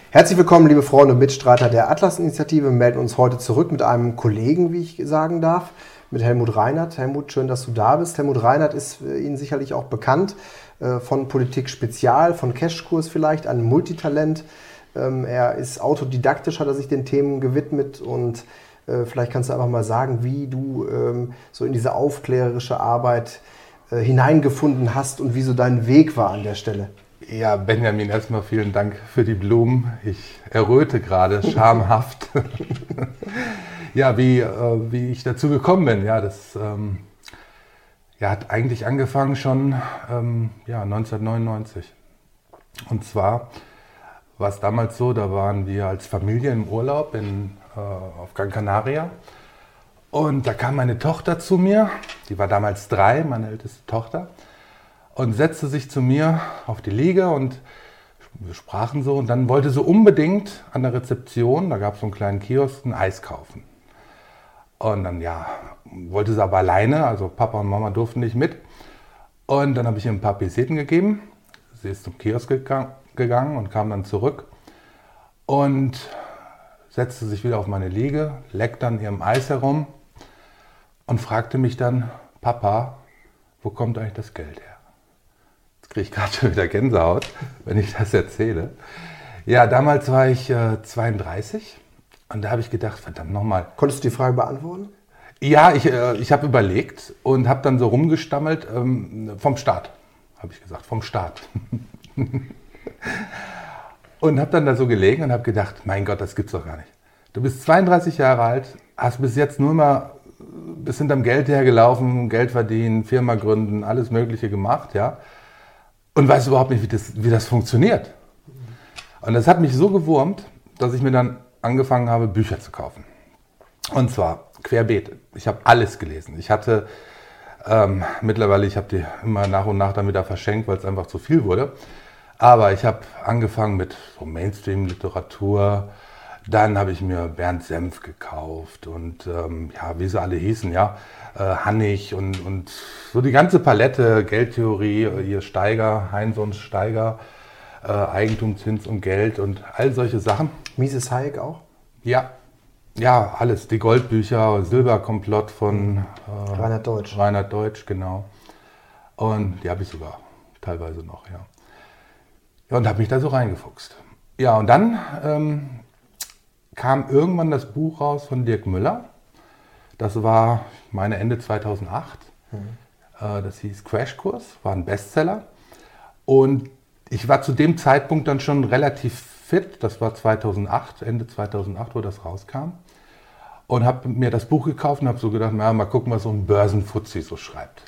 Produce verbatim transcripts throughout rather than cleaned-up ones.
Herzlich willkommen, liebe Freunde und Mitstreiter der Atlas-Initiative. Wir melden uns heute zurück mit einem Kollegen, wie ich sagen darf, mit Helmut Reinert. Helmut, schön, dass du da bist. Helmut Reinert ist Ihnen sicherlich auch bekannt von Politik Spezial, von Cashkurs vielleicht, ein Multitalent. Er ist autodidaktisch, hat er sich den Themen gewidmet und vielleicht kannst du einfach mal sagen, wie du so in diese aufklärerische Arbeit hineingefunden hast und wie so dein Weg war an der Stelle. Ja, Benjamin, erstmal vielen Dank für die Blumen. Ich erröte gerade, schamhaft. Ja, wie, äh, wie ich dazu gekommen bin, ja, das ähm, ja, hat eigentlich angefangen schon ähm, ja, neunzehnhundertneunundneunzig. Und zwar war es damals so, da waren wir als Familie im Urlaub in, äh, auf Gran Canaria. Und da kam meine Tochter zu mir, die war damals drei, meine älteste Tochter. Und setzte sich zu mir auf die Liege und wir sprachen so. Und dann wollte sie unbedingt an der Rezeption, da gab es so einen kleinen Kiosk, ein Eis kaufen. Und dann, ja, wollte sie aber alleine, also Papa und Mama durften nicht mit. Und dann habe ich ihr ein paar Peseten gegeben. Sie ist zum Kiosk gegangen und kam dann zurück und setzte sich wieder auf meine Liege, leckte an ihrem Eis herum und fragte mich dann, Papa, wo kommt eigentlich das Geld her? Kriege ich gerade schon wieder Gänsehaut, wenn ich das erzähle. Ja, damals war ich äh, zweiunddreißig und da habe ich gedacht, verdammt nochmal. Konntest du die Frage beantworten? Ja, ich, äh, ich habe überlegt und habe dann so rumgestammelt, ähm, vom Staat, habe ich gesagt, vom Staat. Und habe dann da so gelegen und habe gedacht, mein Gott, das gibt's doch gar nicht. Du bist zweiunddreißig Jahre alt, hast bis jetzt nur mal bis hinterm Geld hergelaufen, Geld verdienen, Firma gründen, alles Mögliche gemacht, ja. Und weiß überhaupt nicht, wie das, wie das funktioniert. Und das hat mich so gewurmt, dass ich mir dann angefangen habe, Bücher zu kaufen. Und zwar querbeet. Ich habe alles gelesen. Ich hatte ähm, mittlerweile, ich habe die immer nach und nach dann wieder verschenkt, weil es einfach zu viel wurde. Aber ich habe angefangen mit so Mainstream-Literatur. Dann habe ich mir Bernd Senf gekauft und ähm, ja, wie sie alle hießen, ja. Hannig und, und so die ganze Palette, Geldtheorie, hier Steiger, Heinz und Steiger, äh, Eigentum, Zins und Geld und all solche Sachen. Mises Hayek auch? Ja, ja, alles. Die Goldbücher, Silberkomplott von äh, Reinhard Deutsch. Reinhard Deutsch, genau. Und die habe ich sogar teilweise noch, ja. Ja, und habe mich da so reingefuchst. Ja, und dann ähm, kam irgendwann das Buch raus von Dirk Müller. Das war, ich meine, Ende zweitausendacht. Mhm. Das hieß Crashkurs, war ein Bestseller. Und ich war zu dem Zeitpunkt dann schon relativ fit. Das war zweitausendacht, Ende zweitausendacht, wo das rauskam. Und habe mir das Buch gekauft und habe so gedacht, na, mal gucken, was so ein Börsenfuzzi so schreibt.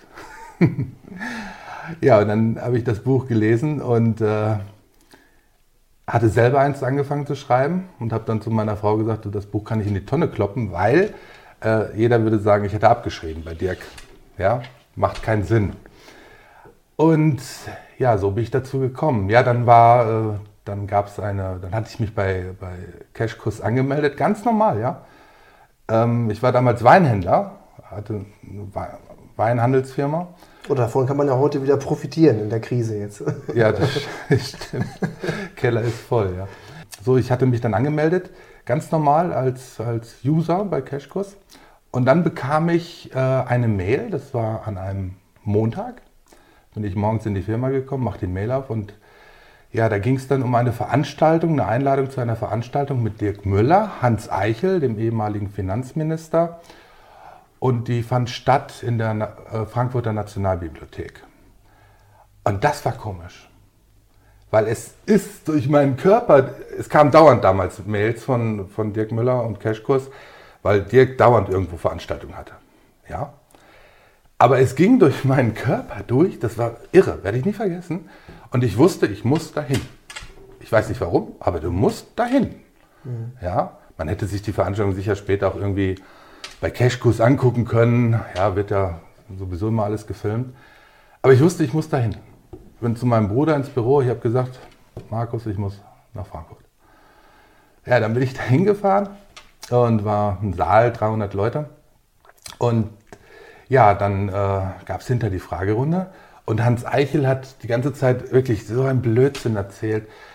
Ja, und dann habe ich das Buch gelesen und äh, hatte selber eins angefangen zu schreiben und habe dann zu meiner Frau gesagt, das Buch kann ich in die Tonne kloppen, weil Äh, jeder würde sagen, ich hätte abgeschrieben bei Dirk. Ja, macht keinen Sinn. Und ja, so bin ich dazu gekommen. Ja, dann war, äh, dann gab es eine, dann hatte ich mich bei, bei Cashkurs angemeldet, ganz normal, ja. Ähm, ich war damals Weinhändler, hatte eine Weinhandelsfirma. Und davon kann man ja heute wieder profitieren in der Krise jetzt. Ja, das stimmt. Keller ist voll, ja. So, ich hatte mich dann angemeldet. Ganz normal als, als User bei Cashkurs. Und dann bekam ich äh, eine Mail, das war an einem Montag. Bin ich morgens in die Firma gekommen, mache die Mail auf und ja, da ging es dann um eine Veranstaltung, eine Einladung zu einer Veranstaltung mit Dirk Müller, Hans Eichel, dem ehemaligen Finanzminister. Und die fand statt in der äh, Frankfurter Nationalbibliothek. Und das war komisch. Weil es ist durch meinen Körper, es kam dauernd damals Mails von, von Dirk Müller und Cashkurs, weil Dirk dauernd irgendwo Veranstaltungen hatte. Ja? Aber es ging durch meinen Körper durch, das war irre, werde ich nie vergessen. Und ich wusste, ich muss dahin. Ich weiß nicht warum, aber du musst dahin. Mhm. Ja? Man hätte sich die Veranstaltung sicher später auch irgendwie bei Cashkurs angucken können. Ja, wird ja sowieso immer alles gefilmt. Aber ich wusste, ich muss dahin. Ich bin zu meinem Bruder ins Büro, ich habe gesagt, Markus, ich muss nach Frankfurt. Ja, dann bin ich da hingefahren und war ein Saal, dreihundert Leute. Und ja, dann äh, gab es hinter die Fragerunde und Hans Eichel hat die ganze Zeit wirklich so einen Blödsinn erzählt.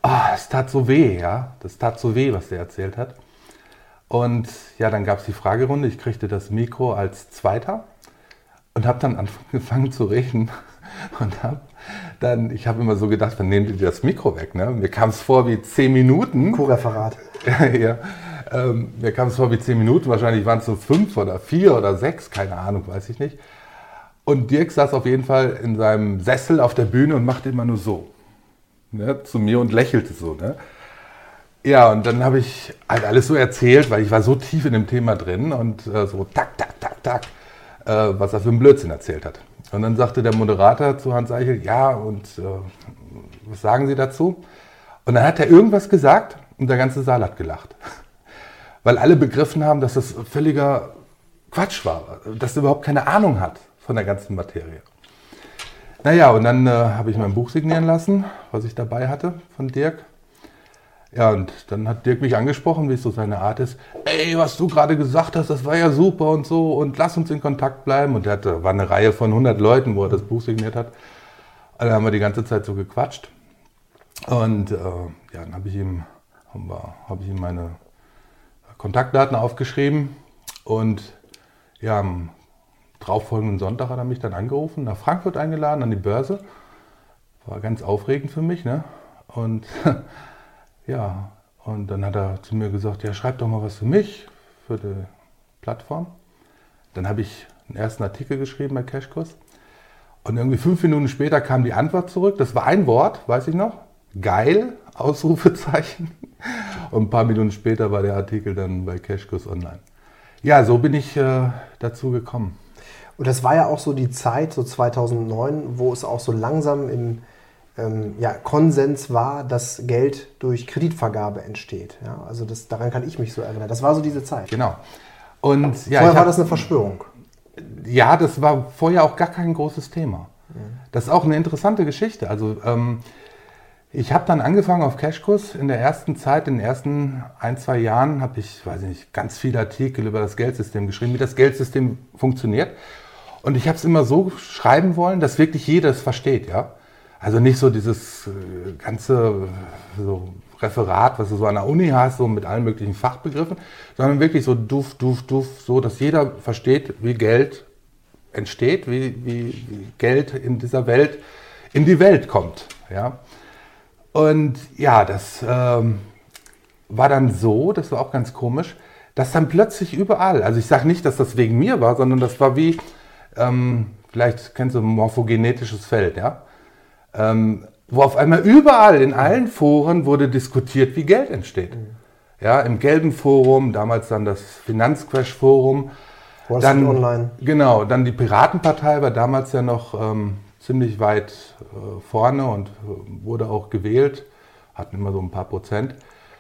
ah, es tat so weh, ja. Das tat so weh, was der erzählt hat. Und ja, dann gab es die Fragerunde. Ich kriegte das Mikro als Zweiter und habe dann angefangen zu reden. Und hab dann, ich habe immer so gedacht, dann nehmen die das Mikro weg. Ne? Mir kam es vor wie zehn Minuten. Co-Referat. ja, ähm, mir kam es vor wie zehn Minuten. Wahrscheinlich waren es so fünf oder vier oder sechs, keine Ahnung, weiß ich nicht. Und Dirk saß auf jeden Fall in seinem Sessel auf der Bühne und machte immer nur so, ne, zu mir und lächelte so. Ne? Ja, und dann habe ich halt alles so erzählt, weil ich war so tief in dem Thema drin und äh, so tak, tak, tak, tak, äh, was er für einen Blödsinn erzählt hat. Und dann sagte der Moderator zu Hans Eichel, ja, und äh, was sagen Sie dazu? Und dann hat er irgendwas gesagt und der ganze Saal hat gelacht. Weil alle begriffen haben, dass das völliger Quatsch war, dass er überhaupt keine Ahnung hat von der ganzen Materie. Naja, und dann äh, habe ich mein Buch signieren lassen, was ich dabei hatte von Dirk. Ja, und dann hat Dirk mich angesprochen, wie es so seine Art ist. Ey, was du gerade gesagt hast, das war ja super und so und lass uns in Kontakt bleiben. Und er hatte, war eine Reihe von hundert Leuten, wo er das Buch signiert hat. Und dann haben wir die ganze Zeit so gequatscht. Und äh, ja, dann habe ich ihm, habe ich ihm meine Kontaktdaten aufgeschrieben. Und ja, am darauffolgenden Sonntag hat er mich dann angerufen, nach Frankfurt eingeladen, an die Börse. War ganz aufregend für mich, ne? Und ja, und dann hat er zu mir gesagt, ja, schreib doch mal was für mich, für die Plattform. Dann habe ich einen ersten Artikel geschrieben bei Cashkurs. Und irgendwie fünf Minuten später kam die Antwort zurück. Das war ein Wort, weiß ich noch. Geil, Ausrufezeichen. Und ein paar Minuten später war der Artikel dann bei Cashkurs online. Ja, so bin ich äh, dazu gekommen. Und das war ja auch so die Zeit, so zweitausendneun, wo es auch so langsam im ähm, ja, Konsens war, dass Geld durch Kreditvergabe entsteht. Ja, also das, daran kann ich mich so erinnern. Das war so diese Zeit. Genau. Und, ja, vorher war hab, das eine Verschwörung. Ja, das war vorher auch gar kein großes Thema. Mhm. Das ist auch eine interessante Geschichte. Also ähm, ich habe dann angefangen auf Cashkurs. In der ersten Zeit, in den ersten ein, zwei Jahren habe ich, weiß ich nicht, ganz viele Artikel über das Geldsystem geschrieben, wie das Geldsystem funktioniert. Und ich habe es immer so schreiben wollen, dass wirklich jeder es versteht, ja. Also nicht so dieses äh, ganze so Referat, was du so an der Uni hast, so mit allen möglichen Fachbegriffen, sondern wirklich so duff, duff, duff, so, dass jeder versteht, wie Geld entsteht, wie, wie, wie Geld in dieser Welt in die Welt kommt, ja. Und ja, das ähm, war dann so, das war auch ganz komisch, dass dann plötzlich überall, also ich sage nicht, dass das wegen mir war, sondern das war wie, ähm, vielleicht kennst du morphogenetisches Feld, ja, ähm, wo auf einmal überall in allen Foren wurde diskutiert, wie Geld entsteht. Mhm. Ja, im gelben Forum, damals dann das Finanzcrash-Forum. Wall Street Online. Genau, dann die Piratenpartei war damals ja noch ähm, ziemlich weit äh, vorne und äh, wurde auch gewählt, hatten immer so ein paar Prozent.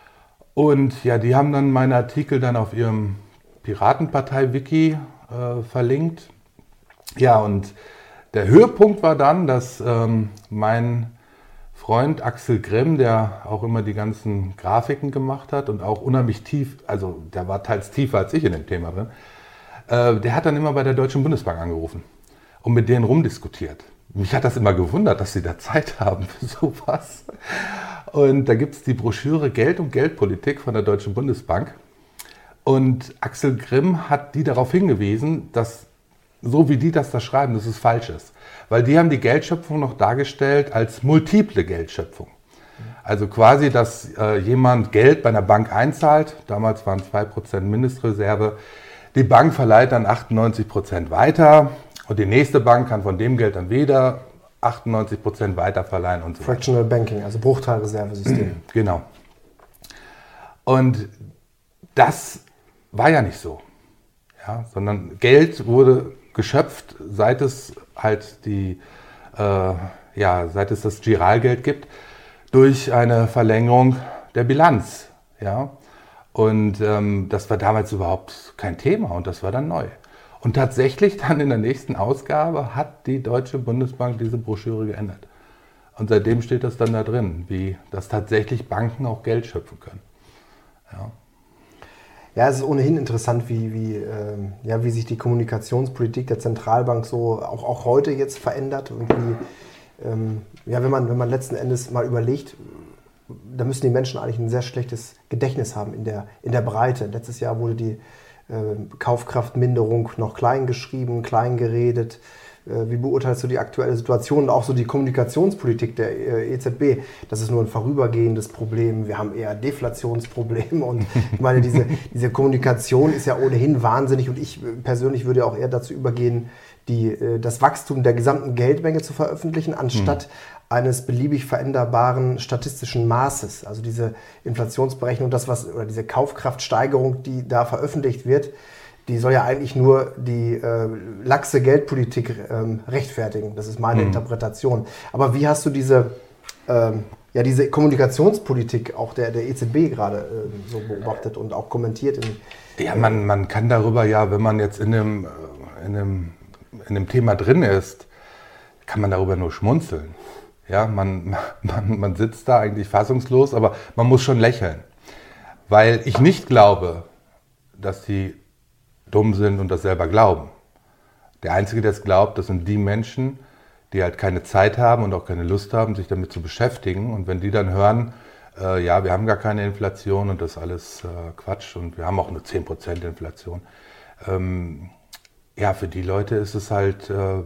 Und ja, die haben dann meine Artikel dann auf ihrem Piratenpartei-Wiki äh, verlinkt. Ja, und der Höhepunkt war dann, dass ähm, mein Freund Axel Grimm, der auch immer die ganzen Grafiken gemacht hat und auch unheimlich tief, also der war teils tiefer als ich in dem Thema drin, äh, der hat dann immer bei der Deutschen Bundesbank angerufen und mit denen rumdiskutiert. Mich hat das immer gewundert, dass sie da Zeit haben für sowas. Und da gibt es die Broschüre Geld und Geldpolitik von der Deutschen Bundesbank. Und Axel Grimm hat die darauf hingewiesen, dass so wie die das da schreiben, dass es falsch ist. Weil die haben die Geldschöpfung noch dargestellt als multiple Geldschöpfung. Also quasi, dass äh, jemand Geld bei einer Bank einzahlt, damals waren zwei Prozent Mindestreserve, die Bank verleiht dann achtundneunzig Prozent weiter und die nächste Bank kann von dem Geld dann wieder achtundneunzig Prozent weiter verleihen und so. Fractional Banking, also Bruchteilreservesystem. Genau. Und das war ja nicht so. Ja, sondern Geld wurde geschöpft, seit es halt die, äh, ja, seit es das Giralgeld gibt, durch eine Verlängerung der Bilanz. Ja? Und ähm, das war damals überhaupt kein Thema und das war dann neu. Und tatsächlich dann in der nächsten Ausgabe hat die Deutsche Bundesbank diese Broschüre geändert. Und seitdem steht das dann da drin, wie dass tatsächlich Banken auch Geld schöpfen können. Ja. Ja, es ist ohnehin interessant, wie, wie, ähm, ja, wie sich die Kommunikationspolitik der Zentralbank so auch, auch heute jetzt verändert und wie, ähm, ja, wenn man, wenn man letzten Endes mal überlegt, da müssen die Menschen eigentlich ein sehr schlechtes Gedächtnis haben in der, in der Breite. Letztes Jahr wurde die äh, Kaufkraftminderung noch klein geschrieben, klein geredet. Wie beurteilst du die aktuelle Situation und auch so die Kommunikationspolitik der E Z B? Das ist nur ein vorübergehendes Problem. Wir haben eher Deflationsprobleme und ich meine, diese, diese Kommunikation ist ja ohnehin wahnsinnig und ich persönlich würde auch eher dazu übergehen, die, das Wachstum der gesamten Geldmenge zu veröffentlichen, anstatt mhm. eines beliebig veränderbaren statistischen Maßes. Also diese Inflationsberechnung, das was oder diese Kaufkraftsteigerung, die da veröffentlicht wird, die soll ja eigentlich nur die äh, laxe Geldpolitik ähm, rechtfertigen. Das ist meine mhm. Interpretation. Aber wie hast du diese, ähm, ja, diese Kommunikationspolitik auch der, der E Z B gerade äh, so beobachtet und auch kommentiert? In, ja, man, man kann darüber ja, wenn man jetzt in dem, in, dem, in dem Thema drin ist, kann man darüber nur schmunzeln. Ja, man, man, man sitzt da eigentlich fassungslos, aber man muss schon lächeln. Weil ich nicht glaube, dass die dumm sind und das selber glauben. Der Einzige, der es glaubt, das sind die Menschen, die halt keine Zeit haben und auch keine Lust haben, sich damit zu beschäftigen. Und wenn die dann hören, äh, ja, wir haben gar keine Inflation und das ist alles äh, Quatsch und wir haben auch nur zehn Prozent Inflation. Ähm, ja, für die Leute ist es halt, äh,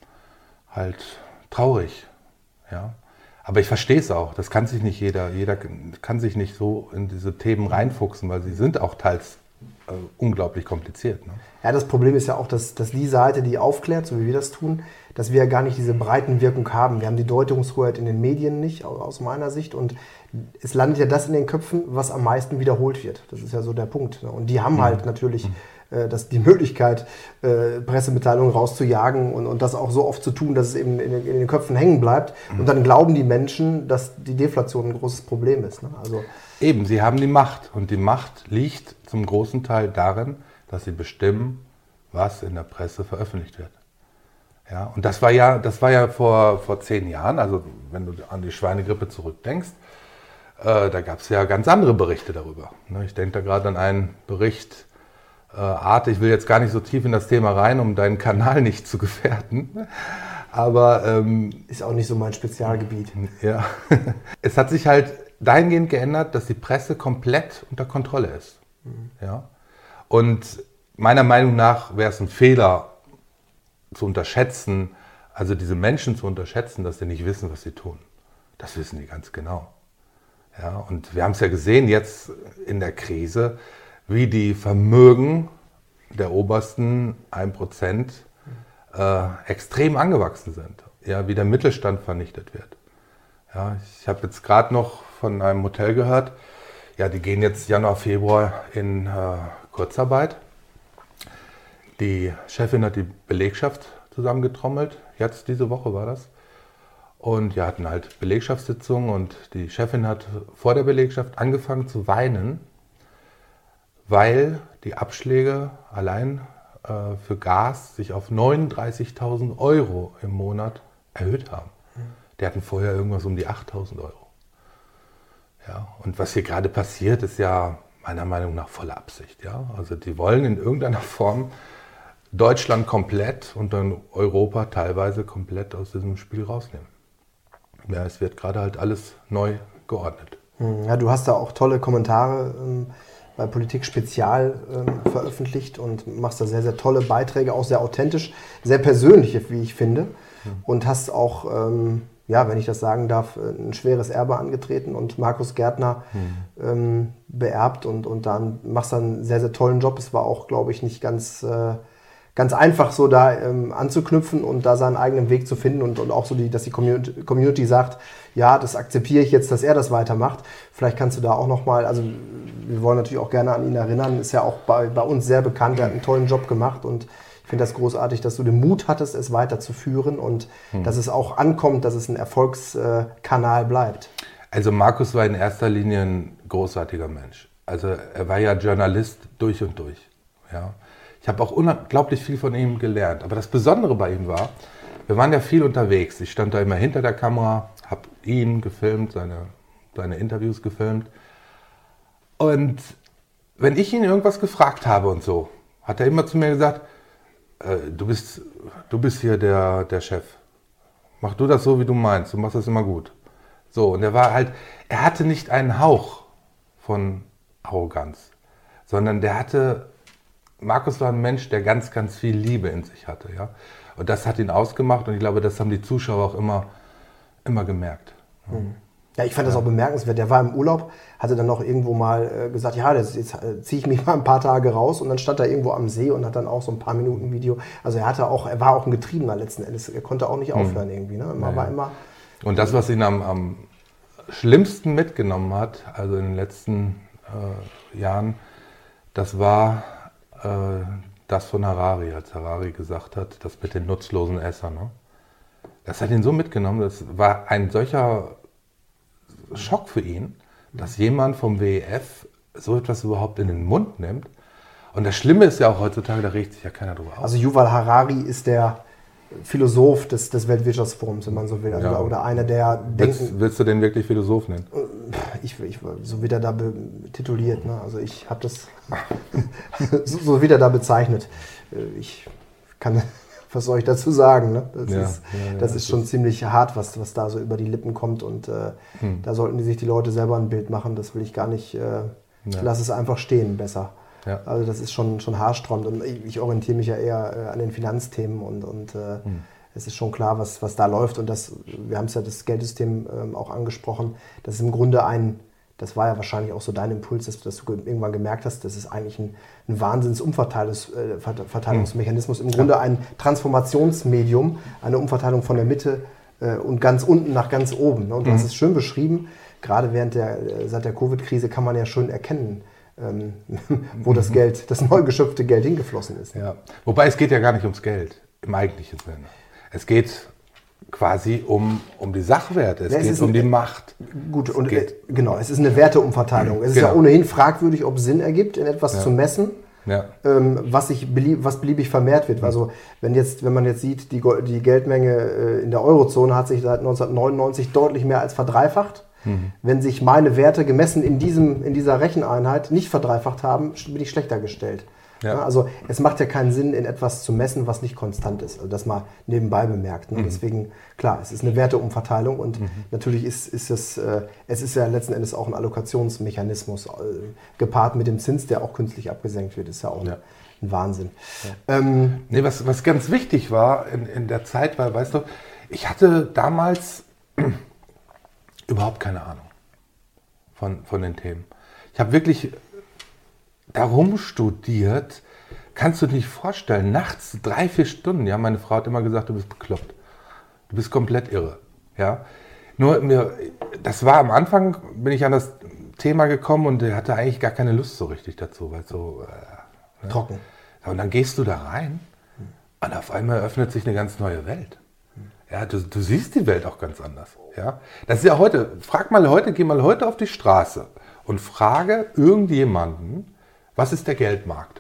halt traurig. Ja? Aber ich verstehe es auch. Das kann sich nicht jeder, jeder kann sich nicht so in diese Themen reinfuchsen, weil sie sind auch teils Uh, unglaublich kompliziert. Ne? Ja, das Problem ist ja auch, dass, dass die Seite, die aufklärt, so wie wir das tun, dass wir ja gar nicht diese Breitenwirkung haben. Wir haben die Deutungshoheit in den Medien nicht, aus meiner Sicht. Und es landet ja das in den Köpfen, was am meisten wiederholt wird. Das ist ja so der Punkt. Ne? Und die haben mhm. halt natürlich mhm. äh, das, die Möglichkeit, äh, Pressemitteilungen rauszujagen und, und das auch so oft zu tun, dass es eben in den, in den Köpfen hängen bleibt. Mhm. Und dann glauben die Menschen, dass die Deflation ein großes Problem ist. Ne? Also, Eben, sie haben die Macht. Und die Macht liegt zum großen Teil darin, dass sie bestimmen, was in der Presse veröffentlicht wird. Ja, und das war ja, das war ja vor, vor zehn Jahren, also wenn du an die Schweinegrippe zurückdenkst, äh, da gab es ja ganz andere Berichte darüber. Ne, ich denke da gerade an einen Bericht, äh, Arte, ich will jetzt gar nicht so tief in das Thema rein, um deinen Kanal nicht zu gefährden. Aber ähm, ist auch nicht so mein Spezialgebiet. Ja, es hat sich halt dahingehend geändert, dass die Presse komplett unter Kontrolle ist. Mhm. Ja? Und meiner Meinung nach wäre es ein Fehler zu unterschätzen, also diese Menschen zu unterschätzen, dass sie nicht wissen, was sie tun. Das wissen die ganz genau. Ja? Und wir haben es ja gesehen jetzt in der Krise, wie die Vermögen der obersten ein Prozent äh, extrem angewachsen sind. Ja? Wie der Mittelstand vernichtet wird. Ja? Ich habe jetzt gerade noch von einem Hotel gehört, ja, die gehen jetzt Januar, Februar in äh, Kurzarbeit. Die Chefin hat die Belegschaft zusammengetrommelt, jetzt diese Woche war das. Und ja, hatten halt Belegschaftssitzungen und die Chefin hat vor der Belegschaft angefangen zu weinen, weil die Abschläge allein äh, für Gas sich auf neununddreißigtausend Euro im Monat erhöht haben. Die hatten vorher irgendwas um die achttausend Euro. Ja, und was hier gerade passiert, ist ja meiner Meinung nach volle Absicht. Ja? Also die wollen in irgendeiner Form Deutschland komplett und dann Europa teilweise komplett aus diesem Spiel rausnehmen. Ja, es wird gerade halt alles neu geordnet. Ja, du hast da auch tolle Kommentare ähm, bei Politik Spezial ähm, veröffentlicht und machst da sehr, sehr tolle Beiträge, auch sehr authentisch, sehr persönliche, wie ich finde. Mhm. Und hast auch, ähm, ja, wenn ich das sagen darf, ein schweres Erbe angetreten und Markus Gärtner mhm. ähm, beerbt und, und dann machst du einen sehr, sehr tollen Job. Es war auch, glaube ich, nicht ganz, äh, ganz einfach, so da ähm, anzuknüpfen und da seinen eigenen Weg zu finden und, und auch so, die, dass die Community, Community sagt, ja, das akzeptiere ich jetzt, dass er das weitermacht. Vielleicht kannst du da auch nochmal, also wir wollen natürlich auch gerne an ihn erinnern, ist ja auch bei, bei uns sehr bekannt, er hat einen tollen Job gemacht und ich finde das großartig, dass du den Mut hattest, es weiterzuführen und hm. dass es auch ankommt, dass es ein Erfolgskanal bleibt. Also Markus war in erster Linie ein großartiger Mensch. Also er war ja Journalist durch und durch. Ja. Ich habe auch unglaublich viel von ihm gelernt. Aber das Besondere bei ihm war, wir waren ja viel unterwegs. Ich stand da immer hinter der Kamera, habe ihn gefilmt, seine, seine Interviews gefilmt. Und wenn ich ihn irgendwas gefragt habe und so, hat er immer zu mir gesagt, äh, du bist, du bist hier der, der Chef. Mach du das so, wie du meinst. Du machst das immer gut. So, und er war halt, er hatte nicht einen Hauch von Arroganz, sondern der hatte, Markus war ein Mensch, der ganz, ganz viel Liebe in sich hatte, ja. Und das hat ihn ausgemacht und ich glaube, das haben die Zuschauer auch immer, immer gemerkt. Ja. Mhm. Ja, ich fand das auch bemerkenswert. Der war im Urlaub, hatte dann noch irgendwo mal äh, gesagt, ja, das, jetzt äh, ziehe ich mich mal ein paar Tage raus und dann stand er irgendwo am See und hat dann auch so ein paar Minuten Video. Also er hatte auch, er war auch ein Getriebener letzten Endes. Er konnte auch nicht aufhören mhm. irgendwie. Ne? Immer, ja, war immer, und das, was ihn am, am schlimmsten mitgenommen hat, also in den letzten äh, Jahren, das war äh, das von Harari, als Harari gesagt hat, das mit den nutzlosen Essern. Ne? Das hat ihn so mitgenommen, das war ein solcher Schock für ihn, dass jemand vom W E F so etwas überhaupt in den Mund nimmt. Und das Schlimme ist ja auch heutzutage, da regt sich ja keiner drüber auf. Also Yuval Harari ist der Philosoph des, des Weltwirtschaftsforums, wenn man so will. Also ja. Oder einer der willst, denken... Willst du den wirklich Philosoph nennen? Ich, ich, so wird er da be, tituliert. Ne? Also ich habe das... so, so wird er da bezeichnet. Ich kann... Was soll ich dazu sagen? Ne? Das, ja, ist, ja, ja, das das ist schon ist ziemlich hart, was, was da so über die Lippen kommt. Und äh, hm. da sollten die sich die Leute selber ein Bild machen. Das will ich gar nicht. Äh, ja. Lass es einfach stehen, besser. Ja. Also das ist schon, schon haarsträubend. Und ich, ich orientiere mich ja eher äh, an den Finanzthemen. Und, und äh, hm. es ist schon klar, was, was da läuft. Und das, wir haben es ja das Geldsystem ähm, auch angesprochen. Das ist im Grunde ein... Das war ja wahrscheinlich auch so dein Impuls, dass, dass du irgendwann gemerkt hast, das ist eigentlich ein, ein Wahnsinns-Umverteilungsmechanismus. Im Grunde ein Transformationsmedium, eine Umverteilung von der Mitte äh, und ganz unten nach ganz oben. Ne? Und du mhm. hast es schön beschrieben, gerade während der, seit der Covid-Krise kann man ja schön erkennen, ähm, wo mhm. das Geld, das neu geschöpfte Geld hingeflossen ist. Ja. Wobei es geht ja gar nicht ums Geld, im eigentlichen Sinne. Es geht quasi um, um die Sachwerte, es, ja, es geht um ein, die Macht. Gut, es und geht, genau, es ist eine Werteumverteilung. Es genau. ist ja ohnehin fragwürdig, ob es Sinn ergibt, in etwas ja. zu messen, ja. ähm, was, sich belieb, was beliebig vermehrt wird. Mhm. Also wenn, jetzt, wenn man jetzt sieht, die, die Geldmenge äh, in der Eurozone hat sich seit neunzehnhundertneunundneunzig deutlich mehr als verdreifacht. Mhm. Wenn sich meine Werte gemessen in, diesem, in dieser Recheneinheit nicht verdreifacht haben, bin ich schlechter gestellt. Ja. Also es macht ja keinen Sinn, in etwas zu messen, was nicht konstant ist. Also das mal nebenbei bemerkt. Ne? Mhm. Deswegen, klar, es ist eine Werteumverteilung und mhm. natürlich ist, ist es, äh, es ist ja letzten Endes auch ein Allokationsmechanismus, äh, gepaart mit dem Zins, der auch künstlich abgesenkt wird, ist ja auch ja. ein Wahnsinn. Ja. Ähm, nee, was, was ganz wichtig war in, in der Zeit, weil, weißt du, ich hatte damals überhaupt keine Ahnung von, von den Themen. Ich habe wirklich... darum studiert, kannst du dir nicht vorstellen, nachts drei, vier Stunden, ja, meine Frau hat immer gesagt, du bist bekloppt, du bist komplett irre, ja. Nur, mir, das war am Anfang, bin ich an das Thema gekommen und er hatte eigentlich gar keine Lust so richtig dazu, weil so... Äh, trocken. Und dann gehst du da rein und auf einmal öffnet sich eine ganz neue Welt. Ja, du, du siehst die Welt auch ganz anders, ja. Das ist ja heute, frag mal heute, geh mal heute auf die Straße und frage irgendjemanden, was ist der Geldmarkt?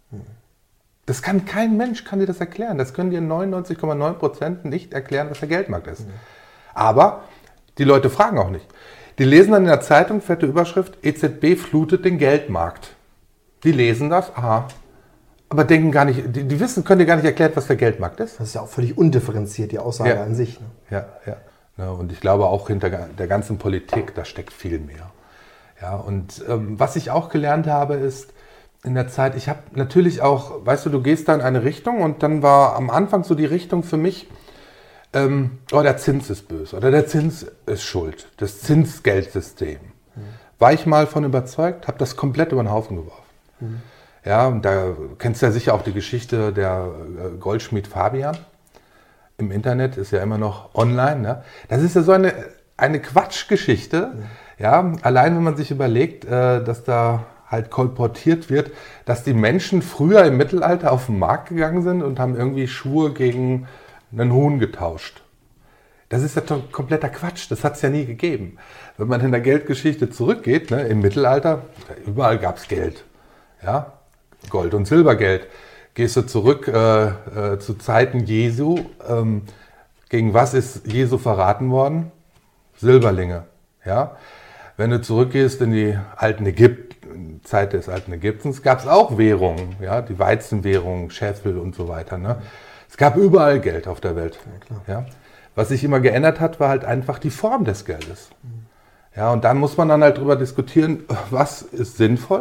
Das kann kein Mensch kann dir das erklären. Das können dir neunundneunzig Komma neun Prozent nicht erklären, was der Geldmarkt ist. Aber die Leute fragen auch nicht. Die lesen dann in der Zeitung, fette Überschrift, E Z B flutet den Geldmarkt. Die lesen das, aha, aber denken gar nicht, die, die wissen, können dir gar nicht erklären, was der Geldmarkt ist. Das ist ja auch völlig undifferenziert, die Aussage ja. an sich. Ne? Ja, ja, ja. Und ich glaube auch hinter der ganzen Politik, da steckt viel mehr. Ja, und ähm, was ich auch gelernt habe, ist, in der Zeit, ich habe natürlich auch, weißt du, du gehst da in eine Richtung und dann war am Anfang so die Richtung für mich, ähm, oh, der Zins ist böse oder der Zins ist schuld, das Zinsgeldsystem. Mhm. War ich mal von überzeugt, habe das komplett über den Haufen geworfen. Mhm. Ja, und da kennst du ja sicher auch die Geschichte der äh, Goldschmied Fabian. Im Internet ist ja immer noch online. Ne? Das ist ja so eine, eine Quatschgeschichte. Mhm. Ja, allein wenn man sich überlegt, äh, dass da halt kolportiert wird, dass die Menschen früher im Mittelalter auf den Markt gegangen sind und haben irgendwie Schuhe gegen einen Huhn getauscht. Das ist ja kompletter Quatsch, das hat es ja nie gegeben. Wenn man in der Geldgeschichte zurückgeht, ne, im Mittelalter, überall gab es Geld. Ja? Gold- und Silbergeld. Gehst du zurück äh, äh, zu Zeiten Jesu, ähm, gegen was ist Jesu verraten worden? Silberlinge. Ja? Wenn du zurückgehst in die alten Ägypten, Zeit des alten Ägyptens, gab es auch Währungen, ja, die Weizenwährung, Scheffel und so weiter. Ne? Es gab überall Geld auf der Welt. Ja, klar. Ja? Was sich immer geändert hat, war halt einfach die Form des Geldes. Ja, und dann muss man dann halt drüber diskutieren, was ist sinnvoll,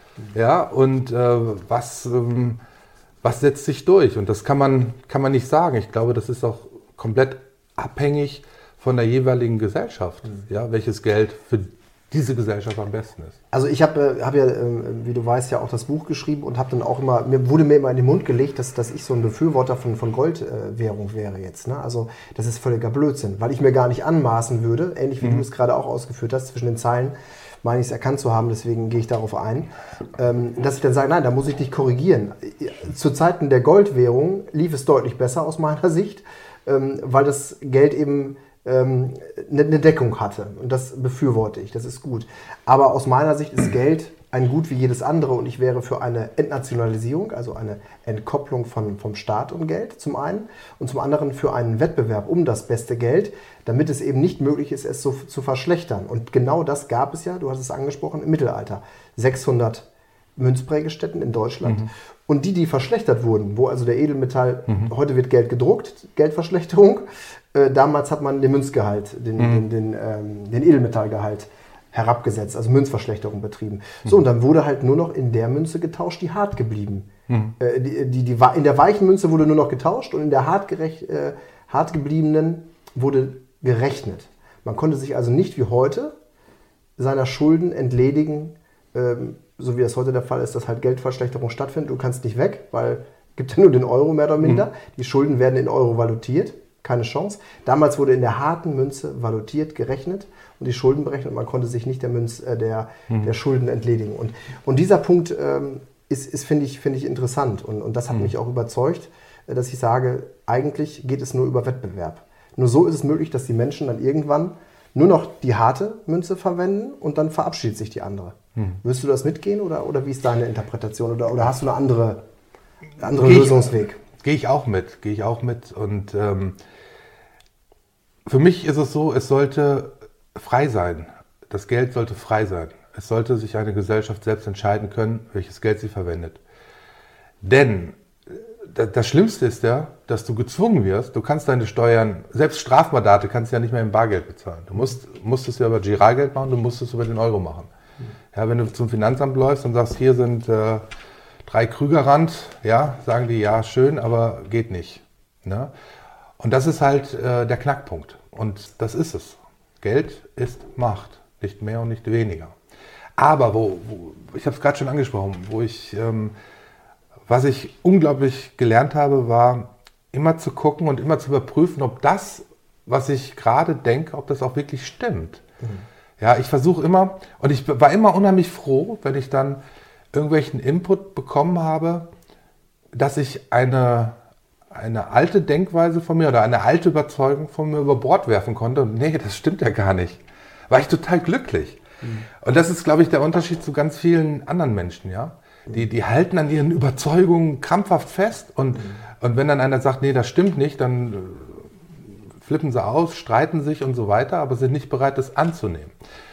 ja, und äh, was, ähm, was setzt sich durch. Und das kann man, kann man nicht sagen. Ich glaube, das ist auch komplett abhängig von der jeweiligen Gesellschaft, ja, welches Geld für diese Gesellschaft am besten ist. Also ich habe hab ja, wie du weißt, ja auch das Buch geschrieben und habe dann auch immer, mir wurde mir immer in den Mund gelegt, dass, dass ich so ein Befürworter von, von Goldwährung wäre jetzt. Ne? Also das ist völliger Blödsinn, weil ich mir gar nicht anmaßen würde, ähnlich wie mhm. du es gerade auch ausgeführt hast, zwischen den Zeilen, meine ich es erkannt zu haben, deswegen gehe ich darauf ein, ähm, dass ich dann sage, nein, da muss ich dich korrigieren. Zu Zeiten der Goldwährung lief es deutlich besser aus meiner Sicht, ähm, weil das Geld eben eine Deckung hatte. Und das befürworte ich, das ist gut. Aber aus meiner Sicht ist Geld ein Gut wie jedes andere und ich wäre für eine Entnationalisierung, also eine Entkopplung von, vom Staat und Geld zum einen und zum anderen für einen Wettbewerb um das beste Geld, damit es eben nicht möglich ist, es so zu verschlechtern. Und genau das gab es ja, du hast es angesprochen, im Mittelalter. sechshundert Münzprägestätten in Deutschland. Mhm. Und die, die verschlechtert wurden, wo also der Edelmetall, mhm. heute wird Geld gedruckt, Geldverschlechterung, äh, damals hat man den Münzgehalt, den, mhm. den, den, ähm, den Edelmetallgehalt herabgesetzt, also Münzverschlechterung betrieben. Mhm. So, und dann wurde halt nur noch in der Münze getauscht, die hart geblieben. Mhm. Äh, die, die, die, in der weichen Münze wurde nur noch getauscht und in der hart, gerecht, äh, hart gebliebenen wurde gerechnet. Man konnte sich also nicht wie heute seiner Schulden entledigen, ähm, so wie das heute der Fall ist, dass halt Geldverschlechterung stattfindet. Du kannst nicht weg, weil es gibt ja nur den Euro mehr oder minder. Mhm. Die Schulden werden in Euro valutiert, keine Chance. Damals wurde in der harten Münze valutiert, gerechnet und die Schulden berechnet und man konnte sich nicht der, Münz, äh, der, mhm. der Schulden entledigen. Und, und dieser Punkt ähm, ist, ist finde ich, find ich interessant und, und das hat mhm. mich auch überzeugt, dass ich sage, eigentlich geht es nur über Wettbewerb. Nur so ist es möglich, dass die Menschen dann irgendwann nur noch die harte Münze verwenden und dann verabschiedet sich die andere. Hm. Wirst du das mitgehen oder, oder wie ist deine Interpretation? Oder, oder hast du eine andere, andere Geh Lösungsweg? Gehe ich auch mit, gehe ich auch mit. Und ähm, für mich ist es so, es sollte frei sein. Das Geld sollte frei sein. Es sollte sich eine Gesellschaft selbst entscheiden können, welches Geld sie verwendet. Denn das Schlimmste ist ja, dass du gezwungen wirst, du kannst deine Steuern, selbst Strafmandate kannst du ja nicht mehr in Bargeld bezahlen. Du musst, musst es ja über Giralgeld machen, du musst es über den Euro machen. Ja, wenn du zum Finanzamt läufst und sagst, hier sind äh, drei Krügerrand, ja, sagen die, ja, schön, aber geht nicht. Ne? Und das ist halt äh, der Knackpunkt. Und das ist es. Geld ist Macht, nicht mehr und nicht weniger. Aber, wo, wo ich habe es gerade schon angesprochen, wo ich... Ähm, Was ich unglaublich gelernt habe, war immer zu gucken und immer zu überprüfen, ob das, was ich gerade denke, ob das auch wirklich stimmt. Mhm. Ja, ich versuche immer, und ich war immer unheimlich froh, wenn ich dann irgendwelchen Input bekommen habe, dass ich eine, eine alte Denkweise von mir oder eine alte Überzeugung von mir über Bord werfen konnte. Und nee, das stimmt ja gar nicht. War ich total glücklich. Mhm. Und das ist, glaube ich, der Unterschied zu ganz vielen anderen Menschen, ja. Die, die halten an ihren Überzeugungen krampfhaft fest und, mhm. und wenn dann einer sagt, nee, das stimmt nicht, dann flippen sie aus, streiten sich und so weiter, aber sind nicht bereit, das anzunehmen.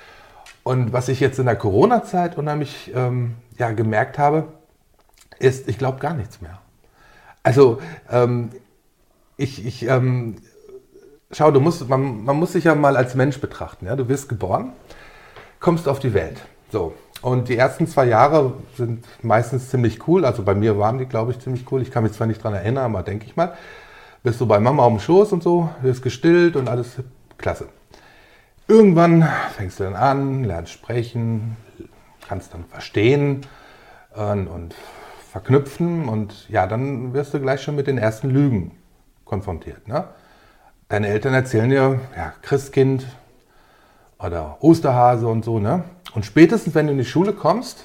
Und was ich jetzt in der Corona-Zeit unheimlich ähm, ja, gemerkt habe, ist, ich glaube gar nichts mehr. Also ähm, ich, ich ähm, schau, du musst, man, man muss sich ja mal als Mensch betrachten. Ja? Du wirst geboren, kommst auf die Welt. So. Und die ersten zwei Jahre sind meistens ziemlich cool. Also bei mir waren die, glaube ich, ziemlich cool. Ich kann mich zwar nicht dran erinnern, aber denke ich mal. Bist du bei Mama auf dem Schoß und so, wirst gestillt und alles klasse. Irgendwann fängst du dann an, lernst sprechen, kannst dann verstehen und, und verknüpfen. Und ja, dann wirst du gleich schon mit den ersten Lügen konfrontiert. Ne? Deine Eltern erzählen dir, ja, Christkind oder Osterhase und so, ne? Und spätestens, wenn du in die Schule kommst,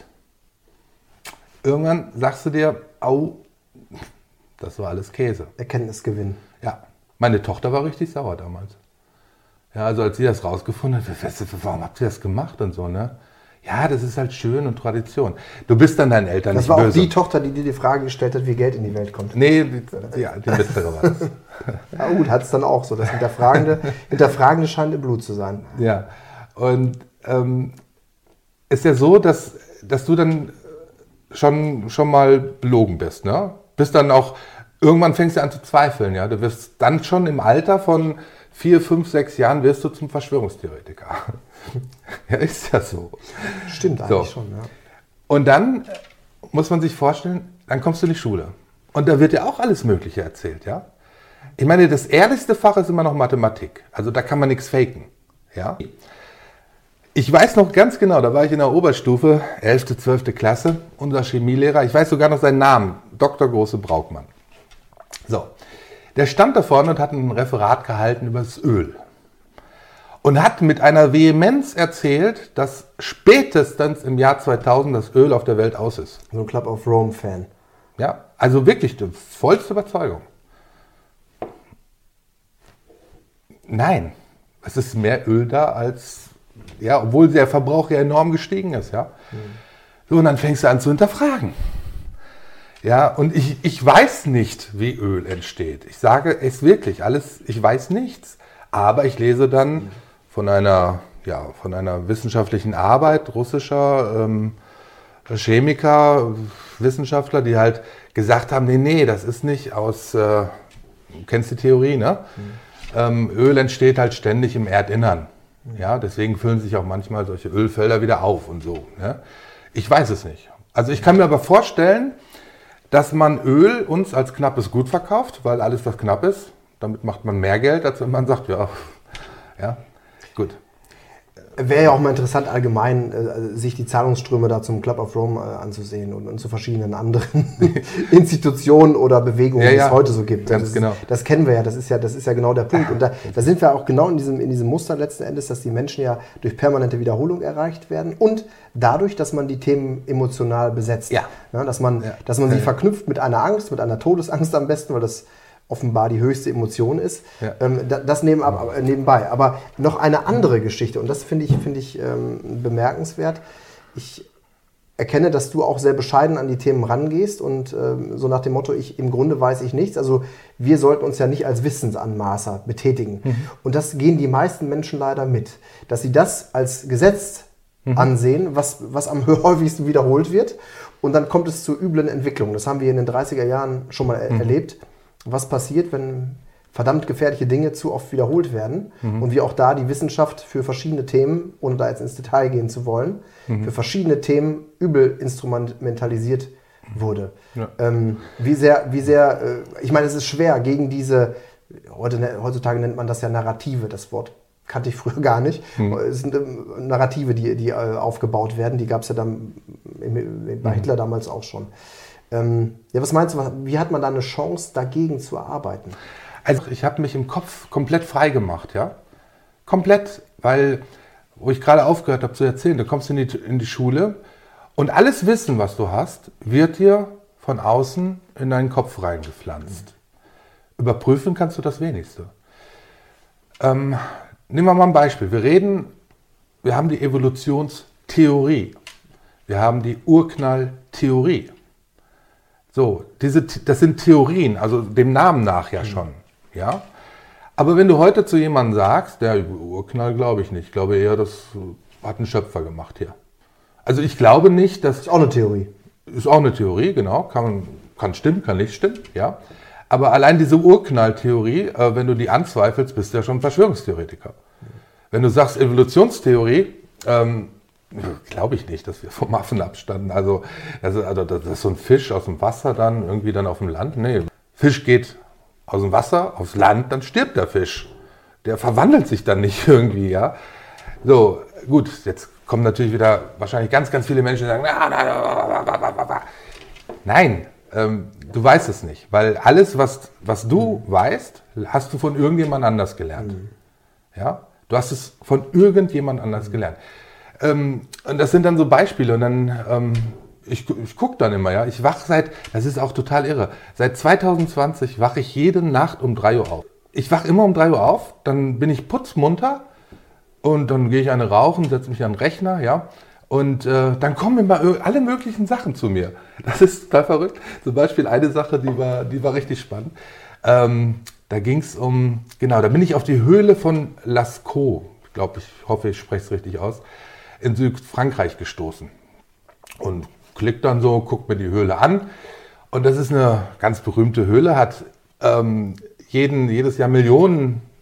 irgendwann sagst du dir, au, das war alles Käse. Erkenntnisgewinn. Ja, meine Tochter war richtig sauer damals. Ja, also als sie das rausgefunden hat, warum habt ihr das gemacht und so, ne? Ja, das ist halt schön und Tradition. Du bist dann deinen Eltern nicht böse. Das war auch die Tochter, die dir die Frage gestellt hat, wie Geld in die Welt kommt. Nee, die, die, die mittlere war das. Ja gut, hat es dann auch so. Das Hinterfragende, Hinterfragende scheint im Blut zu sein. Ja, und ähm, ist ja so, dass, dass du dann schon, schon mal belogen bist, ne? Bist dann auch, irgendwann fängst du an zu zweifeln, ja? Du wirst dann schon im Alter von vier, fünf, sechs Jahren wirst du zum Verschwörungstheoretiker. Ja, ist ja so. Stimmt eigentlich so. schon, ja. Und dann muss man sich vorstellen, dann kommst du in die Schule. Und da wird dir auch alles Mögliche erzählt, ja. Ich meine, das ehrlichste Fach ist immer noch Mathematik. Also da kann man nichts faken, ja. Ich weiß noch ganz genau, da war ich in der Oberstufe, elfte, zwölfte Klasse, unser Chemielehrer, ich weiß sogar noch seinen Namen, Doktor Große Braukmann. So, der stand da vorne und hat ein Referat gehalten über das Öl. Und hat mit einer Vehemenz erzählt, dass spätestens im Jahr zweitausend das Öl auf der Welt aus ist. So ein Club of Rome-Fan. Ja, also wirklich die vollste Überzeugung. Nein, es ist mehr Öl da als... Ja, obwohl der Verbrauch ja enorm gestiegen ist, ja. Mhm. So, und dann fängst du an zu hinterfragen. Ja, und ich, ich weiß nicht, wie Öl entsteht. Ich sage es wirklich, alles, ich weiß nichts. Aber ich lese dann mhm. von einer, ja, von einer wissenschaftlichen Arbeit russischer ähm, Chemiker, Wissenschaftler, die halt gesagt haben, nee, nee, das ist nicht aus, äh, du kennst die Theorie, ne? Mhm. Ähm, Öl entsteht halt ständig im Erdinnern. Ja, deswegen füllen sich auch manchmal solche Ölfelder wieder auf und so. Ne? Ich weiß es nicht. Also ich kann mir aber vorstellen, dass man Öl uns als knappes Gut verkauft, weil alles, was knapp ist, damit macht man mehr Geld, als wenn man sagt, ja, ja, gut. Wäre ja auch mal interessant, allgemein äh, sich die Zahlungsströme da zum Club of Rome äh, anzusehen und, und zu verschiedenen anderen Institutionen oder Bewegungen, ja, die ja, es heute so gibt. Ganz das, genau. Ist, das kennen wir ja, das ist ja, das ist ja genau der Punkt. Und da, da sind wir auch genau in diesem, in diesem Muster letzten Endes, dass die Menschen ja durch permanente Wiederholung erreicht werden und dadurch, dass man die Themen emotional besetzt. Ja. Ja, dass man, ja. dass man sie verknüpft mit einer Angst, mit einer Todesangst am besten, weil das offenbar die höchste Emotion ist. Ja. Ähm, das neben, ab, nebenbei. Aber noch eine andere Geschichte, und das finde ich, finde ich ähm, bemerkenswert. Ich erkenne, dass du auch sehr bescheiden an die Themen rangehst und ähm, so nach dem Motto, ich im Grunde weiß ich nichts. Also wir sollten uns ja nicht als Wissensanmaßer betätigen. Mhm. Und das gehen die meisten Menschen leider mit. Dass sie das als Gesetz mhm. ansehen, was, was am häufigsten wiederholt wird. Und dann kommt es zu üblen Entwicklungen. Das haben wir in den dreißiger Jahren schon mal mhm. erlebt. Was passiert, wenn verdammt gefährliche Dinge zu oft wiederholt werden mhm. und wie auch da die Wissenschaft für verschiedene Themen, ohne da jetzt ins Detail gehen zu wollen, mhm. für verschiedene Themen übel instrumentalisiert wurde. Ja. Ähm, wie sehr, wie sehr, äh, ich meine, es ist schwer gegen diese, heute, heutzutage nennt man das ja Narrative, das Wort kannte ich früher gar nicht. Mhm. Es sind ähm, Narrative, die, die äh, aufgebaut werden, die gab es ja dann im, bei mhm. Hitler damals auch schon. Ähm, ja, was meinst du, wie hat man da eine Chance, dagegen zu arbeiten? Also ich habe mich im Kopf komplett frei gemacht, ja. Komplett, weil, wo ich gerade aufgehört habe zu erzählen, du kommst in die, in die Schule und alles Wissen, was du hast, wird dir von außen in deinen Kopf reingepflanzt. Mhm. Überprüfen kannst du das Wenigste. Ähm, nehmen wir mal ein Beispiel. Wir reden, wir haben die Evolutionstheorie. Wir haben die Urknalltheorie. So, diese, das sind Theorien, also dem Namen nach ja schon. Ja? Aber wenn du heute zu jemandem sagst, der Urknall glaube ich nicht, ich glaube eher, das hat ein Schöpfer gemacht hier. Also ich glaube nicht, dass... Ist auch eine Theorie. Ist auch eine Theorie, genau. Kann, kann stimmen, kann nicht stimmen, ja. Aber allein diese Urknalltheorie, äh, wenn du die anzweifelst, bist du ja schon ein Verschwörungstheoretiker. Wenn du sagst Evolutionstheorie, ähm, glaube ich nicht, dass wir vom Affen abstanden. Also das, ist, also das ist so ein Fisch aus dem Wasser dann, irgendwie dann auf dem Land. Nee, Fisch geht aus dem Wasser aufs Land, dann stirbt der Fisch. Der verwandelt sich dann nicht irgendwie, ja. So, gut, jetzt kommen natürlich wieder wahrscheinlich ganz, ganz viele Menschen, die sagen, nein, ähm, du weißt es nicht. Weil alles, was, was du mhm. weißt, hast du von irgendjemand anders gelernt. Mhm. Ja? Du hast es von irgendjemand anders mhm. gelernt. Ähm, und das sind dann so Beispiele und dann, ähm, ich, ich gucke dann immer, ja, ich wache seit, das ist auch total irre, seit zwanzig zwanzig wache ich jede Nacht um drei Uhr auf. Ich wache immer um drei Uhr auf, dann bin ich putzmunter und dann gehe ich eine rauchen, setze mich an den Rechner, ja, und äh, dann kommen immer alle möglichen Sachen zu mir. Das ist total verrückt. Zum Beispiel eine Sache, die war, die war richtig spannend. Ähm, da ging es um, genau, da bin ich auf die Höhle von Lascaux, ich glaube, ich hoffe, ich spreche es richtig aus, in Südfrankreich gestoßen und klickt dann so, guckt mir die Höhle an und das ist eine ganz berühmte Höhle, hat ähm, jeden, jedes Jahr Millionen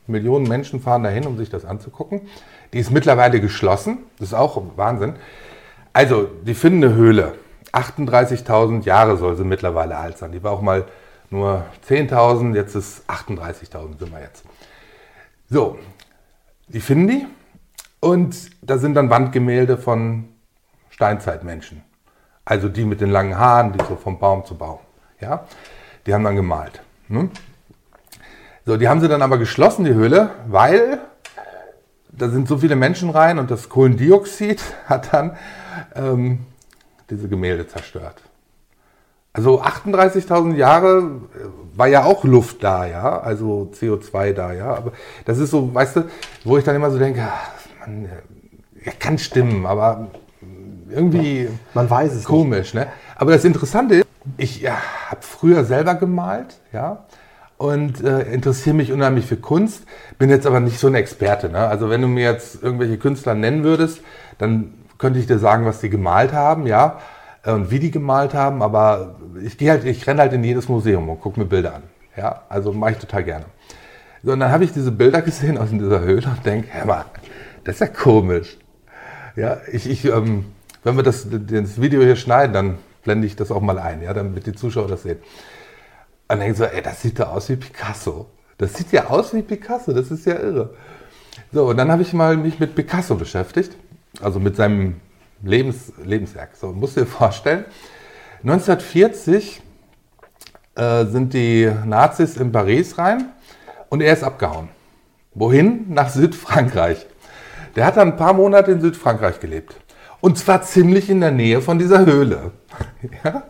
Millionen Menschen fahren dahin, um sich das anzugucken. Die ist mittlerweile geschlossen. Das ist auch Wahnsinn. Also, die finden eine Höhle. achtunddreißigtausend Jahre soll sie mittlerweile alt sein. Die war auch mal nur zehntausend, jetzt ist achtunddreißigtausend sind wir jetzt. So, die finden die und da sind dann Wandgemälde von Steinzeitmenschen. Also die mit den langen Haaren, die so vom Baum zu Baum. Ja? Die haben dann gemalt. Ne? So, die haben sie dann aber geschlossen, die Höhle, weil da sind so viele Menschen rein und das Kohlendioxid hat dann ähm, diese Gemälde zerstört. Also achtunddreißigtausend Jahre war ja auch Luft da, ja, also C O zwei da, ja, aber das ist so, weißt du, wo ich dann immer so denke, ach, man, ja, kann stimmen, aber irgendwie man weiß es komisch, nicht. Ne? Aber das Interessante ist, ich ja, habe früher selber gemalt, ja, und äh, interessiere mich unheimlich für Kunst, bin jetzt aber nicht so ein Experte, ne? Also wenn du mir jetzt irgendwelche Künstler nennen würdest, dann könnte ich dir sagen, was die gemalt haben, ja, und wie die gemalt haben, aber ich gehe halt, ich renne halt in jedes Museum und gucke mir Bilder an. Ja, also mache ich total gerne. So, und dann habe ich diese Bilder gesehen aus dieser Höhle und denke, hör mal, das ist ja komisch. Ja, ich, ich, ähm, wenn wir das, das Video hier schneiden, dann blende ich das auch mal ein, ja, damit die Zuschauer das sehen. Und denke so, ey, das sieht doch aus wie Picasso. Das sieht ja aus wie Picasso, das ist ja irre. So, und dann habe ich mal mich mit Picasso beschäftigt, also mit seinem Lebens, Lebenswerk. So, musst du dir vorstellen, neunzehnhundertvierzig äh, sind die Nazis in Paris rein und er ist abgehauen. Wohin? Nach Südfrankreich. Der hat dann ein paar Monate in Südfrankreich gelebt. Und zwar ziemlich in der Nähe von dieser Höhle. Ja?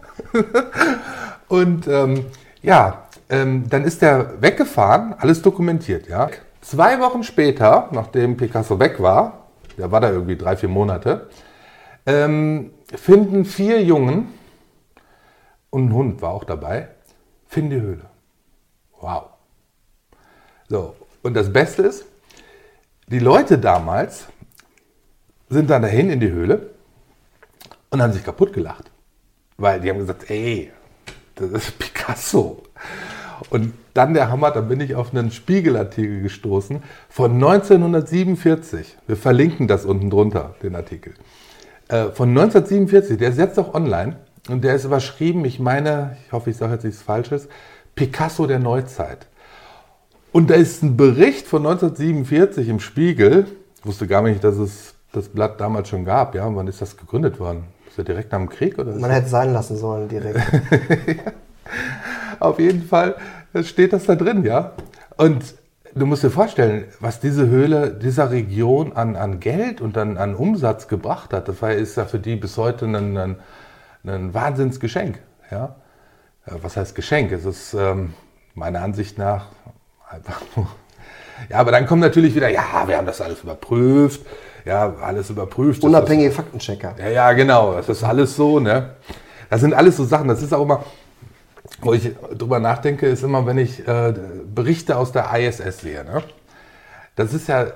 Und ähm, ja, ähm, dann ist er weggefahren, alles dokumentiert. Ja? Zwei Wochen später, nachdem Picasso weg war, der war da irgendwie drei, vier Monate, Ähm, finden vier Jungen, und ein Hund war auch dabei, finden die Höhle. Wow. So, und das Beste ist, die Leute damals sind dann dahin in die Höhle und haben sich kaputt gelacht. Weil die haben gesagt, ey, das ist Picasso. Und dann der Hammer, da bin ich auf einen Spiegelartikel gestoßen von neunzehnhundertsiebenundvierzig. Wir verlinken das unten drunter, den Artikel. Von neunzehnhundertsiebenundvierzig, der ist jetzt auch online und der ist überschrieben, ich meine, ich hoffe, ich sage jetzt nichts Falsches, Picasso der Neuzeit. Und da ist ein Bericht von neunzehnhundertsiebenundvierzig im Spiegel, ich wusste gar nicht, dass es das Blatt damals schon gab, ja, wann ist das gegründet worden? Ist das direkt nach dem Krieg? Oder Man hätte es sein lassen sollen, direkt. Ja. Auf jeden Fall steht das da drin, ja. Und du musst dir vorstellen, was diese Höhle dieser Region an, an Geld und an, an Umsatz gebracht hat. Das ist ja für die bis heute ein, ein, ein Wahnsinnsgeschenk. Ja? Ja, was heißt Geschenk? Es ist ähm, meiner Ansicht nach einfach nur... Ja, aber dann kommt natürlich wieder, ja, wir haben das alles überprüft. Ja, alles überprüft. Unabhängige das, Faktenchecker. Ja, ja, genau. Das ist alles so, ne? Das sind alles so Sachen. Das ist auch immer... Wo ich drüber nachdenke, ist immer, wenn ich äh, Berichte aus der I S S sehe. Ne? Das ist ja... Äh,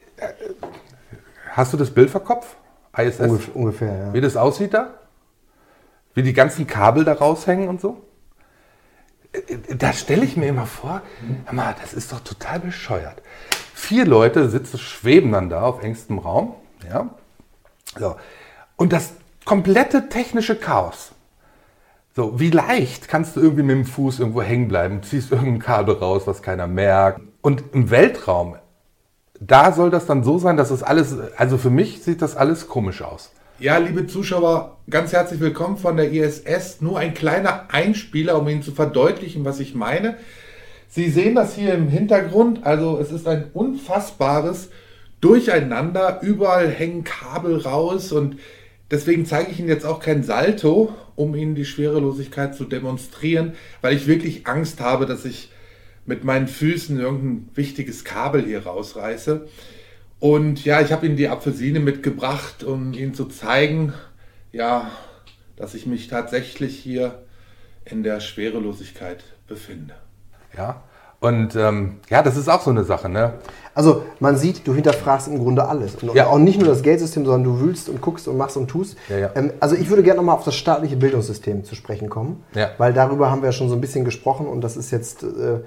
hast du das Bild vor Kopf? I S S? Ungef- ungefähr, ja. Wie das aussieht da? Wie die ganzen Kabel da raushängen und so? Äh, da stelle ich mir immer vor, hör mal, das ist doch total bescheuert. Vier Leute sitzen, schweben dann da auf engstem Raum. Ja? So. Und das komplette technische Chaos. So, wie leicht kannst du irgendwie mit dem Fuß irgendwo hängen bleiben, ziehst irgendein Kabel raus, was keiner merkt. Und im Weltraum, da soll das dann so sein, dass es alles, also für mich sieht das alles komisch aus. Ja, liebe Zuschauer, ganz herzlich willkommen von der I S S. Nur ein kleiner Einspieler, um Ihnen zu verdeutlichen, was ich meine. Sie sehen das hier im Hintergrund, also es ist ein unfassbares Durcheinander. Überall hängen Kabel raus und deswegen zeige ich Ihnen jetzt auch kein Salto, um Ihnen die Schwerelosigkeit zu demonstrieren, weil ich wirklich Angst habe, dass ich mit meinen Füßen irgendein wichtiges Kabel hier rausreiße. Und ja, ich habe Ihnen die Apfelsine mitgebracht, um Ihnen zu zeigen, ja, dass ich mich tatsächlich hier in der Schwerelosigkeit befinde. Ja, und ähm, ja, das ist auch so eine Sache, ne? Also man sieht, du hinterfragst im Grunde alles. Und ja. auch nicht nur das Geldsystem, sondern du wühlst und guckst und machst und tust. Ja, ja. Ähm, also ich würde gerne nochmal auf das staatliche Bildungssystem zu sprechen kommen. Ja. Weil darüber haben wir ja schon so ein bisschen gesprochen und das ist jetzt, äh,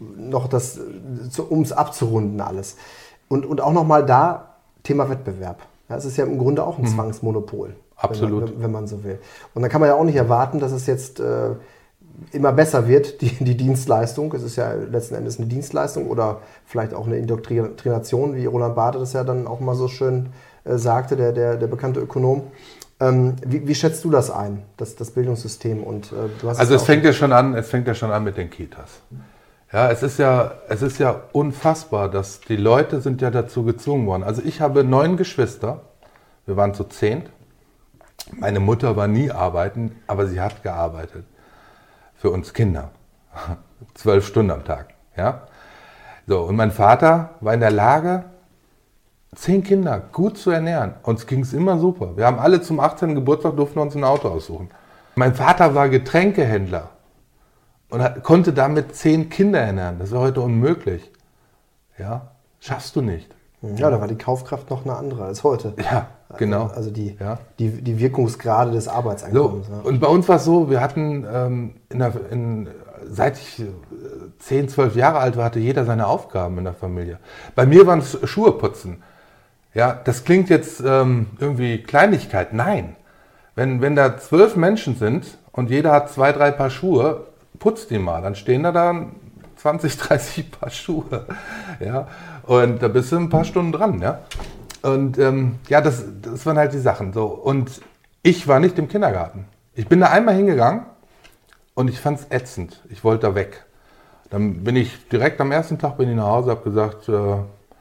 noch das, um es abzurunden alles. Und, und auch nochmal da, Thema Wettbewerb. Ja, es ist ja im Grunde auch ein mhm. Zwangsmonopol. Absolut. Wenn man, wenn man so will. Und dann kann man ja auch nicht erwarten, dass es jetzt äh, immer besser wird, die, die Dienstleistung. Es ist ja letzten Endes eine Dienstleistung oder vielleicht auch eine Indoktrination, wie Roland Barthes das ja dann auch mal so schön äh, sagte, der, der, der bekannte Ökonom. Ähm, wie, wie schätzt du das ein, das, das Bildungssystem? Und, äh, du hast also es, es fängt ja schon an, es fängt ja schon an mit den Kitas. Ja, es ist ja, es ist ja unfassbar, dass die Leute sind ja dazu gezwungen worden. Also ich habe neun Geschwister, wir waren zu zehn. Meine Mutter war nie arbeiten, aber sie hat gearbeitet. Für uns Kinder. Zwölf Stunden am Tag. Ja? So, und mein Vater war in der Lage, zehn Kinder gut zu ernähren. Uns ging es immer super. Wir haben alle zum achtzehnten Geburtstag durften wir uns ein Auto aussuchen. Mein Vater war Getränkehändler und hat, konnte damit zehn Kinder ernähren. Das ist heute unmöglich. Ja? Schaffst du nicht. Ja, da war die Kaufkraft noch eine andere als heute. Ja, genau. Also die, ja. die, die Wirkungsgrade des Arbeitseinkommens. So, ja. Und bei uns war es so, wir hatten, ähm, in der, in, seit ich äh, zehn, zwölf Jahre alt war, hatte jeder seine Aufgaben in der Familie. Bei mir waren es Schuhe putzen. Ja, das klingt jetzt ähm, irgendwie Kleinigkeit. Nein. Wenn, wenn da zwölf Menschen sind und jeder hat zwei, drei Paar Schuhe, putzt die mal. Dann stehen da dann zwanzig, dreißig Paar Schuhe. Ja, und da bist du ein paar Stunden dran. Ja, und ähm, ja, das, das waren halt die Sachen. So. Und ich war nicht im Kindergarten. Ich bin da einmal hingegangen und ich fand es ätzend. Ich wollte da weg. Dann bin ich direkt am ersten Tag bin ich nach Hause, habe gesagt, äh,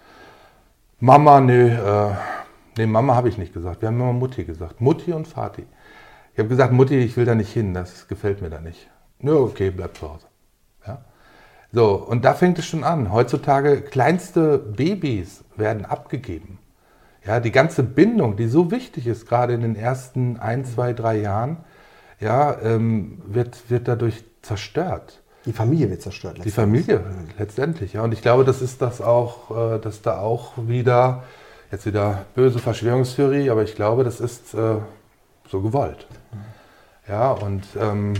Mama, nee, äh, nee, Mama habe ich nicht gesagt. Wir haben immer Mutti gesagt. Mutti und Vati. Ich habe gesagt, Mutti, ich will da nicht hin, das gefällt mir da nicht. Nö, okay, bleib zu Hause. Ja? So, und da fängt es schon an. Heutzutage kleinste Babys werden abgegeben. Ja, die ganze Bindung, die so wichtig ist, gerade in den ersten ein, zwei, drei Jahren, ja, ähm, wird, wird dadurch zerstört. Die Familie wird zerstört. Die Familie letztendlich, ja. Und ich glaube, das ist das auch, äh, dass da auch wieder, jetzt wieder böse Verschwörungstheorie, aber ich glaube, das ist äh, so gewollt. Ja, und ähm,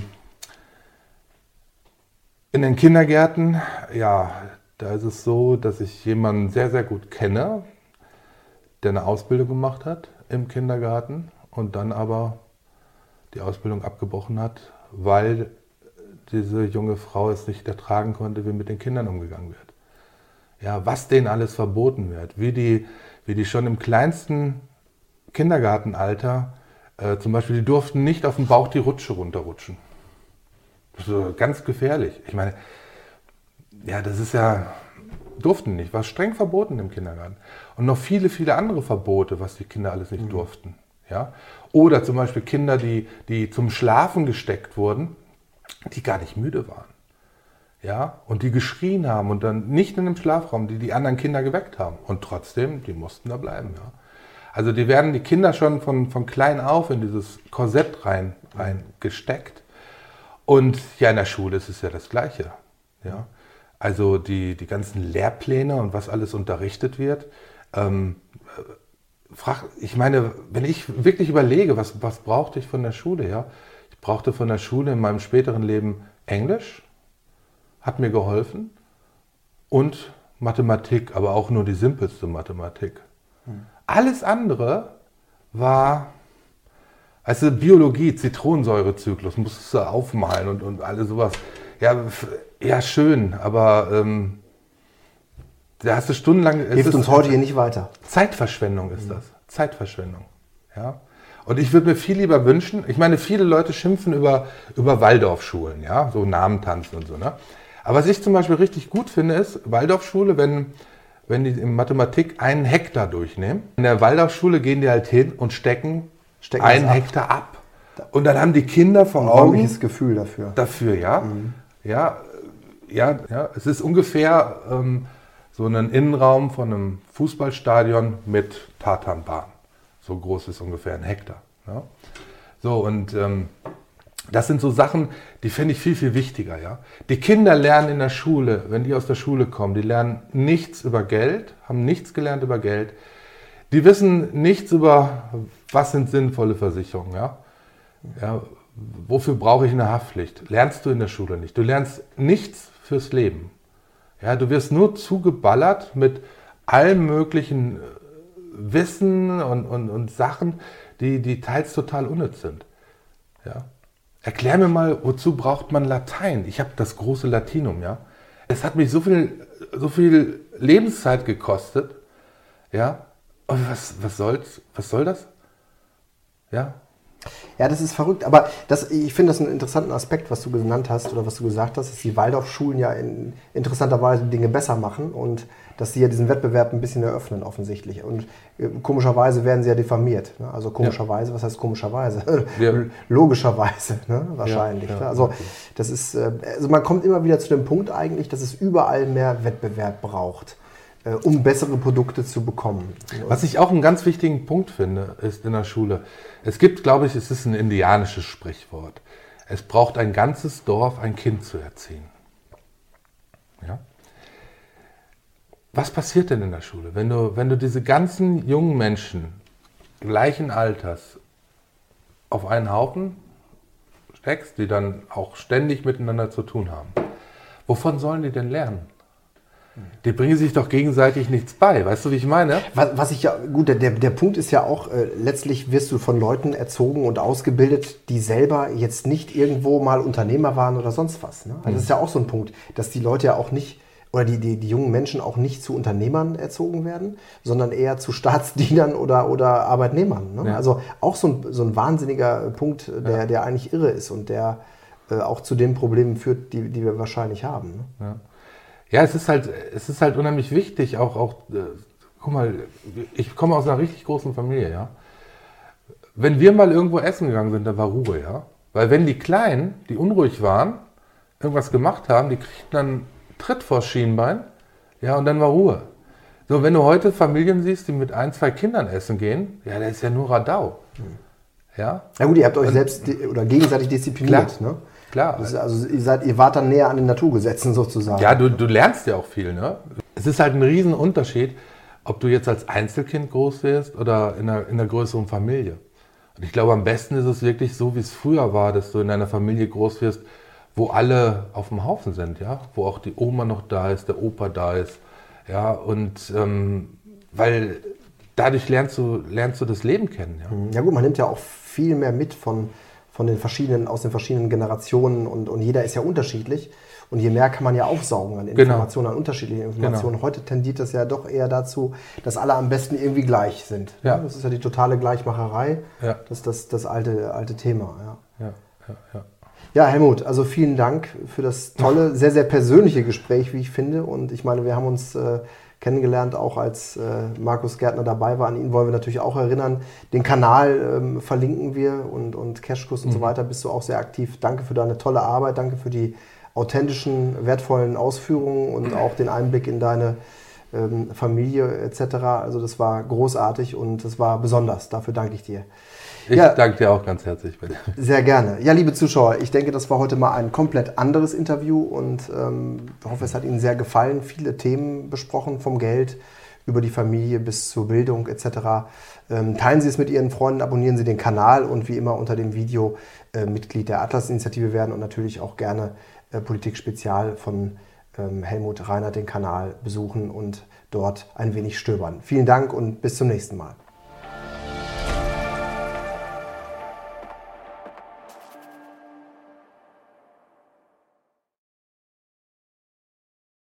in den Kindergärten, ja, da ist es so, dass ich jemanden sehr, sehr gut kenne, der eine Ausbildung gemacht hat im Kindergarten und dann aber die Ausbildung abgebrochen hat, weil diese junge Frau es nicht ertragen konnte, wie mit den Kindern umgegangen wird. Ja, was denen alles verboten wird, wie die, wie die schon im kleinsten Kindergartenalter, äh, zum Beispiel, die durften nicht auf dem Bauch die Rutsche runterrutschen. Das ist ganz gefährlich. Ich meine, ja, das ist ja, durften nicht, war streng verboten im Kindergarten. Und noch viele, viele andere Verbote, was die Kinder alles nicht mhm. durften. Ja? Oder zum Beispiel Kinder, die, die zum Schlafen gesteckt wurden, die gar nicht müde waren. Ja? Und die geschrien haben und dann nicht in dem Schlafraum, die die anderen Kinder geweckt haben. Und trotzdem, die mussten da bleiben. Ja? Also die werden die Kinder schon von, von klein auf in dieses Korsett rein, rein gesteckt. Und ja, in der Schule ist es ja das Gleiche. Ja? Also die, die ganzen Lehrpläne und was alles unterrichtet wird. Ähm, frag, ich meine, wenn ich wirklich überlege, was, was brauchte ich von der Schule? Ja? Ich brauchte von der Schule in meinem späteren Leben Englisch, hat mir geholfen, und Mathematik, aber auch nur die simpelste Mathematik. Hm. Alles andere war, also Biologie, Zitronensäurezyklus, musstest du aufmalen und, und alles sowas. Ja, ja, schön, aber ähm, da hast du stundenlang... Hilft uns heute hier nicht weiter. Zeitverschwendung ist das. Zeitverschwendung. Ja? Und ich würde mir viel lieber wünschen, ich meine, viele Leute schimpfen über, über Waldorfschulen, ja, so Namentanzen und so. Ne? Aber was ich zum Beispiel richtig gut finde, ist Waldorfschule, wenn, wenn die in Mathematik einen Hektar durchnehmen. In der Waldorfschule gehen die halt hin und stecken, stecken einen ab. Hektar ab. Und dann haben die Kinder vor Augen... Ein Gefühl dafür. Dafür, ja. Mhm. Ja, ja, ja, es ist ungefähr ähm, so ein Innenraum von einem Fußballstadion mit Tatanbahn. So groß ist ungefähr ein Hektar. Ja? So, und ähm, das sind so Sachen, die finde ich viel, viel wichtiger. Ja? Die Kinder lernen in der Schule, wenn die aus der Schule kommen, die lernen nichts über Geld, haben nichts gelernt über Geld. Die wissen nichts über, was sind sinnvolle Versicherungen. Ja? Ja, wofür brauche ich eine Haftpflicht? Lernst du in der Schule nicht. Du lernst nichts fürs Leben. Ja, du wirst nur zugeballert mit allem möglichen Wissen und, und, und Sachen, die, die teils total unnütz sind. Ja. Erklär mir mal, wozu braucht man Latein? Ich habe das große Latinum, ja. Es hat mich so viel, so viel Lebenszeit gekostet, ja. Und was, was soll's? Was soll das? Ja. Ja, das ist verrückt, aber das, ich finde das einen interessanten Aspekt, was du genannt hast oder was du gesagt hast, dass die Waldorfschulen ja in interessanterweise Dinge besser machen und dass sie ja diesen Wettbewerb ein bisschen eröffnen offensichtlich und äh, komischerweise werden sie ja diffamiert. Ne? Also komischerweise, ja. Was heißt komischerweise? Ja. Logischerweise, ne? Wahrscheinlich. Ja, ja. Ne? Also das ist, äh, also man kommt immer wieder zu dem Punkt eigentlich, dass es überall mehr Wettbewerb braucht, äh, um bessere Produkte zu bekommen. Was ich auch einen ganz wichtigen Punkt finde, ist in der Schule, es gibt, glaube ich, es ist ein indianisches Sprichwort. Es braucht ein ganzes Dorf, ein Kind zu erziehen. Ja? Was passiert denn in der Schule, wenn du, wenn du diese ganzen jungen Menschen gleichen Alters auf einen Haufen steckst, die dann auch ständig miteinander zu tun haben? Wovon sollen die denn lernen? Die bringen sich doch gegenseitig nichts bei. Weißt du, wie ich meine? Was, was ich ja, gut, der, der Punkt ist ja auch, äh, letztlich wirst du von Leuten erzogen und ausgebildet, die selber jetzt nicht irgendwo mal Unternehmer waren oder sonst was. Ne? Also mhm. Das ist ja auch so ein Punkt, dass die Leute ja auch nicht, oder die, die, die jungen Menschen auch nicht zu Unternehmern erzogen werden, sondern eher zu Staatsdienern oder, oder Arbeitnehmern. Ne? Ja. Also auch so ein, so ein wahnsinniger Punkt, der, ja. der eigentlich irre ist und der äh, auch zu den Problemen führt, die, die wir wahrscheinlich haben. Ne? Ja. Ja, es ist halt, es ist halt unheimlich wichtig, auch, auch äh, guck mal, ich komme aus einer richtig großen Familie, ja. Wenn wir mal irgendwo essen gegangen sind, da war Ruhe, ja. Weil wenn die Kleinen, die unruhig waren, irgendwas gemacht haben, die kriegten dann einen Tritt vors Schienbein, ja, und dann war Ruhe. So, wenn du heute Familien siehst, die mit ein, zwei Kindern essen gehen, ja, da ist ja nur Radau. Mhm. Ja? Na gut, ihr habt euch und, selbst oder gegenseitig diszipliniert, klar. ne? Klar. Das ist, also ihr, seid, ihr wart dann näher an den Naturgesetzen sozusagen. Ja, du, du lernst ja auch viel. Ne? Es ist halt ein Riesenunterschied, ob du jetzt als Einzelkind groß wirst oder in einer, in einer größeren Familie. Und ich glaube, am besten ist es wirklich so, wie es früher war, dass du in einer Familie groß wirst, wo alle auf dem Haufen sind, ja, wo auch die Oma noch da ist, der Opa da ist, ja, und ähm, weil dadurch lernst du, lernst du das Leben kennen. Ja. Ja gut, man nimmt ja auch viel mehr mit von von den verschiedenen, aus den verschiedenen Generationen und, und jeder ist ja unterschiedlich und je mehr kann man ja aufsaugen an Informationen, genau. an unterschiedlichen Informationen. Genau. Heute tendiert das ja doch eher dazu, dass alle am besten irgendwie gleich sind. Ja. Das ist ja die totale Gleichmacherei, ja. Das ist das, das alte, alte Thema. Ja. Ja, ja, ja. Ja, Helmut, also vielen Dank für das tolle, sehr, sehr persönliche Gespräch, wie ich finde, und ich meine, wir haben uns äh, kennengelernt, auch als äh, Markus Gärtner dabei war. An ihn wollen wir natürlich auch erinnern. Den Kanal ähm, verlinken wir und, und Cashkurs und mhm. so weiter. Bist du auch sehr aktiv. Danke für deine tolle Arbeit. Danke für die authentischen, wertvollen Ausführungen und auch den Einblick in deine ähm, Familie et cetera. Also das war großartig und das war besonders. Dafür danke ich dir. Ich ja, danke dir auch ganz herzlich. Bitte. Sehr gerne. Ja, liebe Zuschauer, ich denke, das war heute mal ein komplett anderes Interview und ähm, ich hoffe, es hat Ihnen sehr gefallen. Viele Themen besprochen, vom Geld über die Familie bis zur Bildung et cetera. Ähm, teilen Sie es mit Ihren Freunden, abonnieren Sie den Kanal und wie immer unter dem Video äh, Mitglied der Atlas-Initiative werden und natürlich auch gerne äh, Politik Spezial von ähm, Helmut Reinert den Kanal besuchen und dort ein wenig stöbern. Vielen Dank und bis zum nächsten Mal.